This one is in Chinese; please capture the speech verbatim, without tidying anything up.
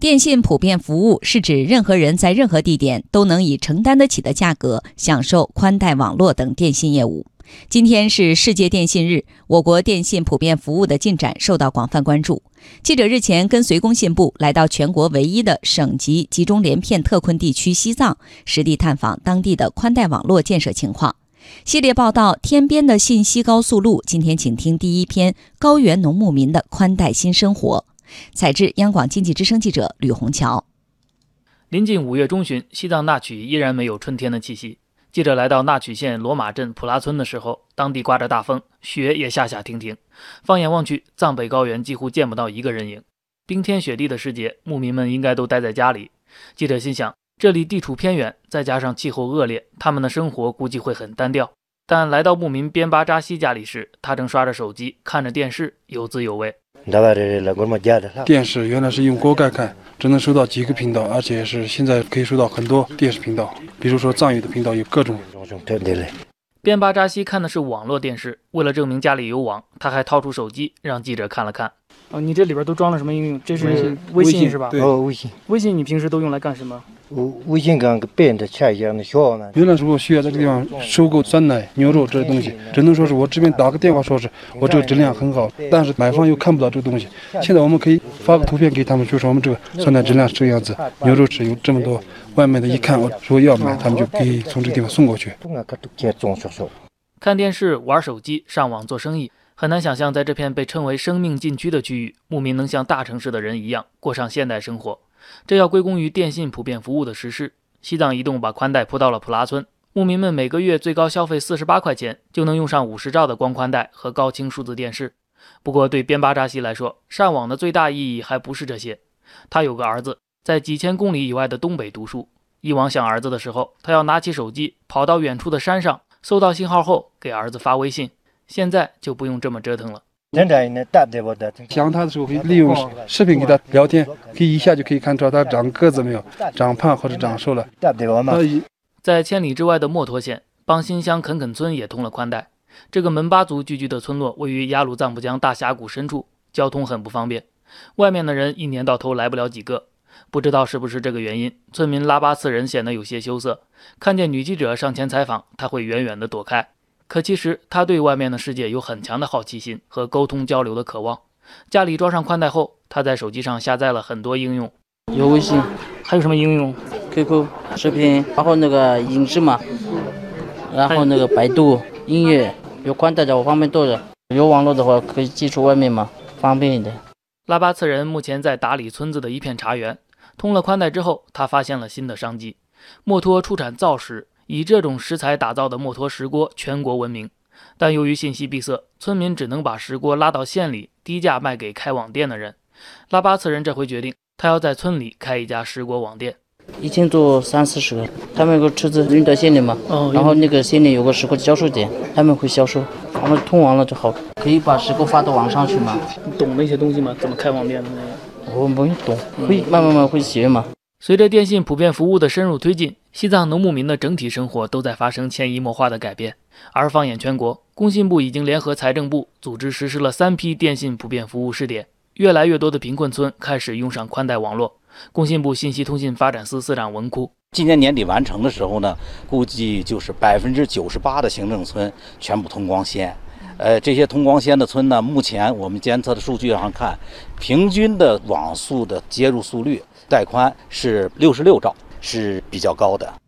电信普遍服务是指任何人在任何地点都能以承担得起的价格享受宽带网络等电信业务。今天是世界电信日，我国电信普遍服务的进展受到广泛关注。记者日前跟随工信部来到全国唯一的省级集中连片特困地区西藏，实地探访当地的宽带网络建设情况。系列报道《天边的信息高速路》，今天请听第一篇高原农牧民的宽带新生活。采自央广经济之声记者吕红桥。 临近五月中旬，西藏纳曲依然没有春天的气息。记者来到纳曲县罗马镇普拉村的时候，当地刮着大风，雪也下下停停。放眼望去，藏北高原几乎见不到一个人影。冰天雪地的世界，牧民们应该都待在家里。记者心想，这里地处偏远，再加上气候恶劣，他们的生活估计会很单调。但来到牧民边巴扎西家里时，他正刷着手机，看着电视，有滋有味。 电视原来是用锅盖看，只能收到几个频道，而且是现在可以收到很多电视频道，比如说藏语的频道有各种。 边巴扎西看的是网络电视，为了证明家里有网，他还掏出手机让记者看了看。哦，你这里边都装了什么应用？这是微信是吧？ 对， 哦，微信。 微信你平时都用来干什么？ 微信跟个别人的钱一样的小呢。 原来是我需要在这个地方收购酸奶、牛肉这些东西，只能说是我这边打个电话说是我这个质量很好，但是买方又看不到这个东西。现在我们可以发个图片给他们，就说我们这个酸奶质量是这个样子，牛肉是有这么多，外面的一看我说要买，他们就可以从这个地方送过去。 看电视、玩手机、上网做生意，很难想象在这片被称为生命禁区的区域，牧民能像大城市的人一样过上现代生活。这要归功于电信普遍服务的实施。西藏移动把宽带铺到了普拉村，牧民们每个月最高消费四十八块钱，就能用上五十兆的光宽带和高清数字电视。不过对边巴扎西来说，上网的最大意义还不是这些。他有个儿子，在几千公里以外的东北读书。以往想儿子的时候，他要拿起手机跑到远处的山上，搜到信号后给儿子发微信。现在就不用这么折腾了。 想他的时候可以利用视频给他聊天，可以一下就可以看出他长个子没有，长胖或者长瘦了。 在千里之外的墨脱县，邦新乡肯肯村也通了宽带。这个门巴族聚居的村落位于雅鲁藏布江大峡谷深处，交通很不方便，外面的人一年到头来不了几个。不知道是不是这个原因，村民拉巴次人显得有些羞涩，看见女记者上前采访，他会远远地躲开。可其实他对外面的世界有很强的好奇心和沟通交流的渴望。家里装上宽带后，他在手机上下载了很多应用， 有微信， 还有什么应用 ？Q Q 视频，然后那个影视嘛，然后那个百度音乐。有宽带的话方便多了，有网络的话可以寄出外面嘛，方便一点。 拉巴次人目前在打理村子的一片茶园，通了宽带之后，他发现了新的商机。墨脱出产皂石，以这种石材打造的墨脱石锅全国闻名，但由于信息闭塞，村民只能把石锅拉到县里低价卖给开网店的人。拉巴次人这回决定，他要在村里开一家石锅网店。 一天做三四十个，他们有个车子运到县里嘛，哦、然后那个县里有个石锅销售点，他们会销售，然后通完了就好，可以把石锅发到网上去嘛。 你懂那些东西吗？怎么开网店的那个？ 我不用懂，会慢慢慢会学嘛。 随着电信普遍服务的深入推进，西藏农牧民的整体生活都在发生潜移默化的改变。而放眼全国，工信部已经联合财政部组织实施了三批电信普遍服务试点，越来越多的贫困村开始用上宽带网络。工信部信息通信发展司司长文库， 今年年底完成的时候呢，估计就是百分之九十八的行政村全部通光纤。呃，这些通光纤的村呢，目前我们监测的数据上看，平均的网速的接入速率带宽是六十六兆，是比较高的。